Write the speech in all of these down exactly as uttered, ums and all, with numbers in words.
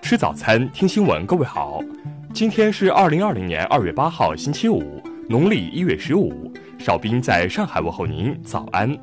吃早餐，听新闻。各位好，今天是二零二零年二月八号，星期五，农历一月十五。邵兵在上海问候您，早安。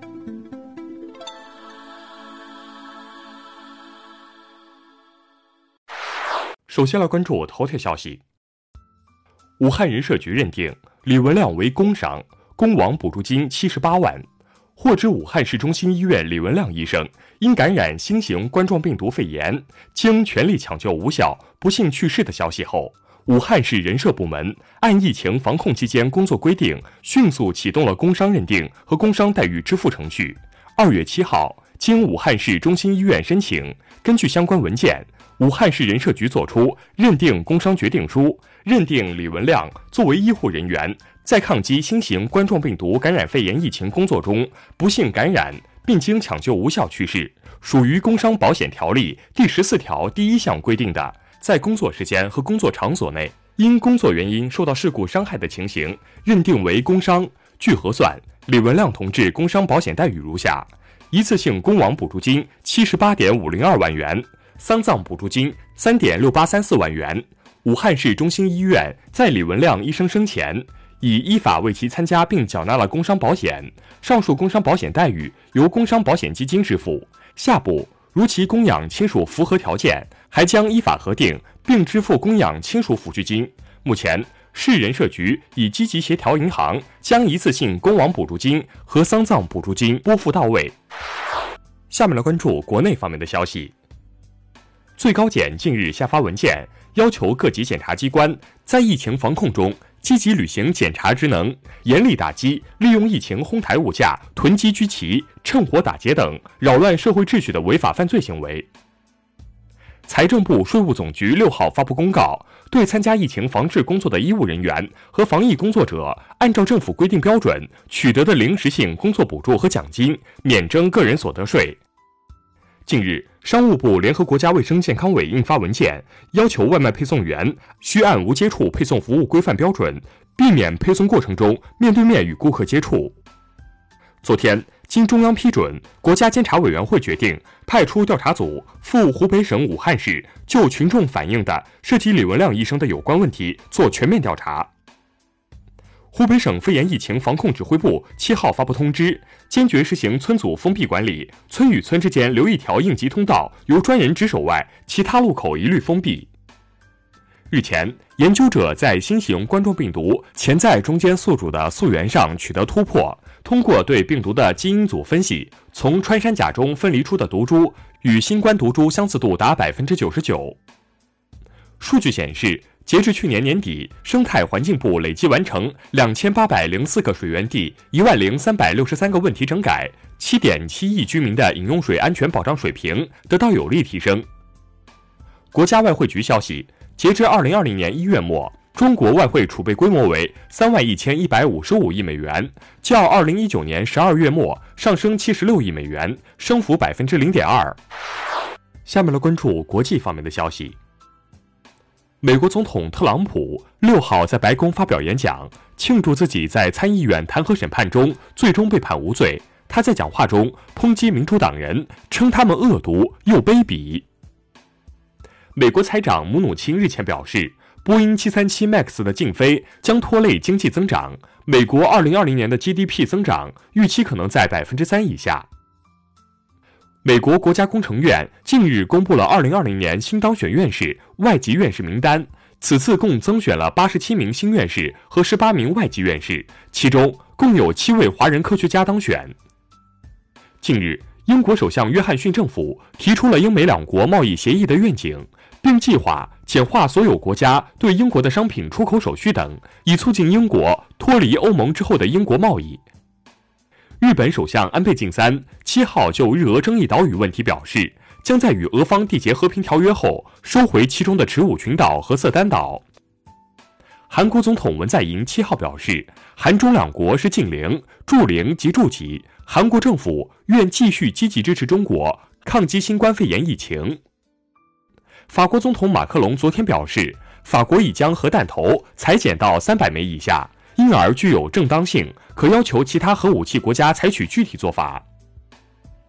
首先来关注头条消息。武汉人社局认定李文亮为工伤，工亡补助金七十八万。获知武汉市中心医院李文亮医生因感染新型冠状病毒肺炎，经全力抢救无效，不幸去世的消息后，武汉市人社部门按疫情防控期间工作规定，迅速启动了工伤认定和工伤待遇支付程序。二月七号，经武汉市中心医院申请，根据相关文件，武汉市人社局作出认定工伤决定书，认定李文亮作为医护人员，在抗击新型冠状病毒感染肺炎疫情工作中不幸感染，并经抢救无效去世，属于工伤保险条例第十四条第一项规定的，在工作时间和工作场所内因工作原因受到事故伤害的情形，认定为工伤。据核算，李文亮同志工伤保险待遇如下：一次性工亡补助金七十八点五零二万元，丧葬补助金三点六八三四万元。武汉市中心医院在李文亮医生生前已依法为其参加并缴纳了工伤保险，上述工伤保险待遇由工伤保险基金支付。下步，如其供养亲属符合条件，还将依法核定并支付供养亲属抚恤金。目前，市人社局已积极协调银行，将一次性工亡补助金和丧葬补助金拨付到位。下面来关注国内方面的消息。最高检近日下发文件，要求各级检察机关在疫情防控中积极履行检察职能，严厉打击利用疫情哄抬物价、囤积居奇、趁火打劫等扰乱社会秩序的违法犯罪行为。财政部、税务总局六号发布公告，对参加疫情防治工作的医务人员和防疫工作者，按照政府规定标准取得的临时性工作补助和奖金，免征个人所得税。近日，商务部联合国家卫生健康委印发文件，要求外卖配送员需按无接触配送服务规范标准，避免配送过程中面对面与顾客接触。昨天，经中央批准，国家监察委员会决定派出调查组赴湖北省武汉市，就群众反映的涉及李文亮医生的有关问题做全面调查。湖北省肺炎疫情防控指挥部七号发布通知，坚决实行村组封闭管理，村与村之间留一条应急通道由专人值守外，其他路口一律封闭。日前，研究者在新型冠状病毒潜在中间宿主的溯源上取得突破，通过对病毒的基因组分析，从穿山甲中分离出的毒株与新冠毒株相似度达 百分之九十九。 数据显示，截至去年年底，生态环境部累计完成两千八百零四个水源地一万零三百六十三个问题整改， 七点七亿居民的饮用水安全保障水平得到有力提升。国家外汇局消息，截至二零二零年一月末，中国外汇储备规模为三万一千一百五十五亿美元，较二零一九年十二月末上升七十六亿美元，升幅 百分之零点二。 下面来关注国际方面的消息。美国总统特朗普六号在白宫发表演讲，庆祝自己在参议院弹劾审判中最终被判无罪。他在讲话中抨击民主党人，称他们恶毒又卑鄙。美国财长姆努钦日前表示，波音七三七 MAX 的禁飞将拖累经济增长，美国二零二零年的 G D P 增长预期可能在 百分之三 以下。美国国家工程院近日公布了二零二零年新当选院士、外籍院士名单，此次共增选了八十七名新院士和十八名外籍院士，其中共有七位华人科学家当选。近日，英国首相约翰逊政府提出了英美两国贸易协议的愿景，并计划简化所有国家对英国的商品出口手续等，以促进英国脱离欧盟之后的英国贸易。日本首相安倍晋三七号就日俄争议岛屿问题表示，将在与俄方缔结和平条约后收回其中的池武群岛和色丹岛。韩国总统文在寅七号表示，韩中两国是近邻、助邻及助己，韩国政府愿继续积极支持中国抗击新冠肺炎疫情。法国总统马克龙昨天表示，法国已将核弹头裁减到三百枚以下，因而具有正当性，可要求其他核武器国家采取具体做法。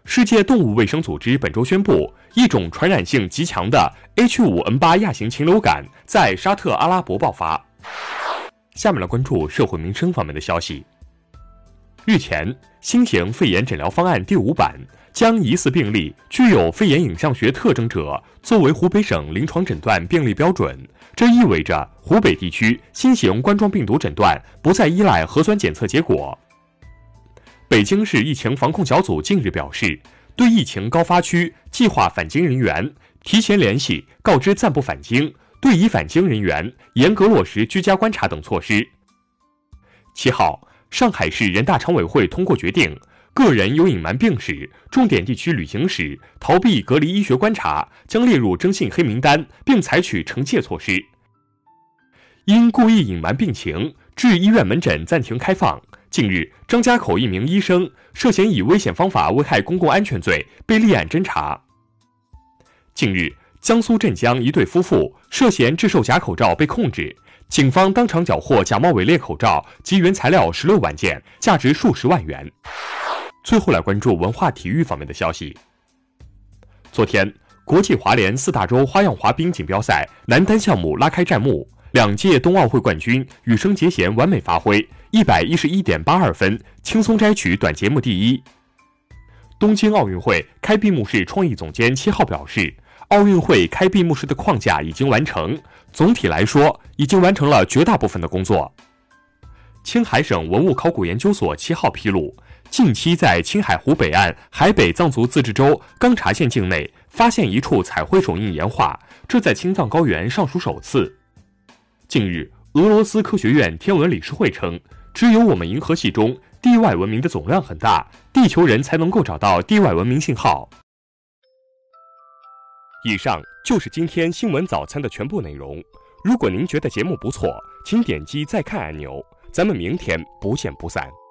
世界动物卫生组织本周宣布，一种传染性极强的 H 五N 八 亚型禽流感在沙特阿拉伯爆发。下面来关注社会民生方面的消息。日前，新型肺炎诊疗方案第五版将疑似病例具有肺炎影像学特征者作为湖北省临床诊断病例标准，这意味着湖北地区新型冠状病毒诊断不再依赖核酸检测结果。北京市疫情防控小组近日表示，对疫情高发区计划返京人员提前联系告知暂不返京，对已返京人员严格落实居家观察等措施。七号，上海市人大常委会通过决定，个人有隐瞒病史、重点地区旅行史、逃避隔离医学观察将列入征信黑名单，并采取惩戒措施。因故意隐瞒病情致医院门诊暂停开放。近日，张家口一名医生涉嫌以危险方法危害公共安全罪被立案侦查。近日，江苏镇江一对夫妇涉嫌制售假口罩被控制，警方当场缴获假冒伪劣口罩及原材料十六万件，价值数十万元。最后来关注文化体育方面的消息。昨天，国际滑联四大洲花样滑冰锦标赛男单项目拉开战幕，两届冬奥会冠军羽生结弦完美发挥，一百一十一点八二分，轻松摘取短节目第一。东京奥运会开闭幕式创意总监七号表示，奥运会开闭幕式的框架已经完成，总体来说已经完成了绝大部分的工作。青海省文物考古研究所七号披露，近期在青海湖北岸海北藏族自治州钢察县境内发现一处彩绘手印岩画，这在青藏高原尚属首次。近日，俄罗斯科学院天文理事会称，只有我们银河系中地外文明的总量很大，地球人才能够找到地外文明信号。以上就是今天新闻早餐的全部内容。如果您觉得节目不错，请点击再看按钮。咱们明天不见不散。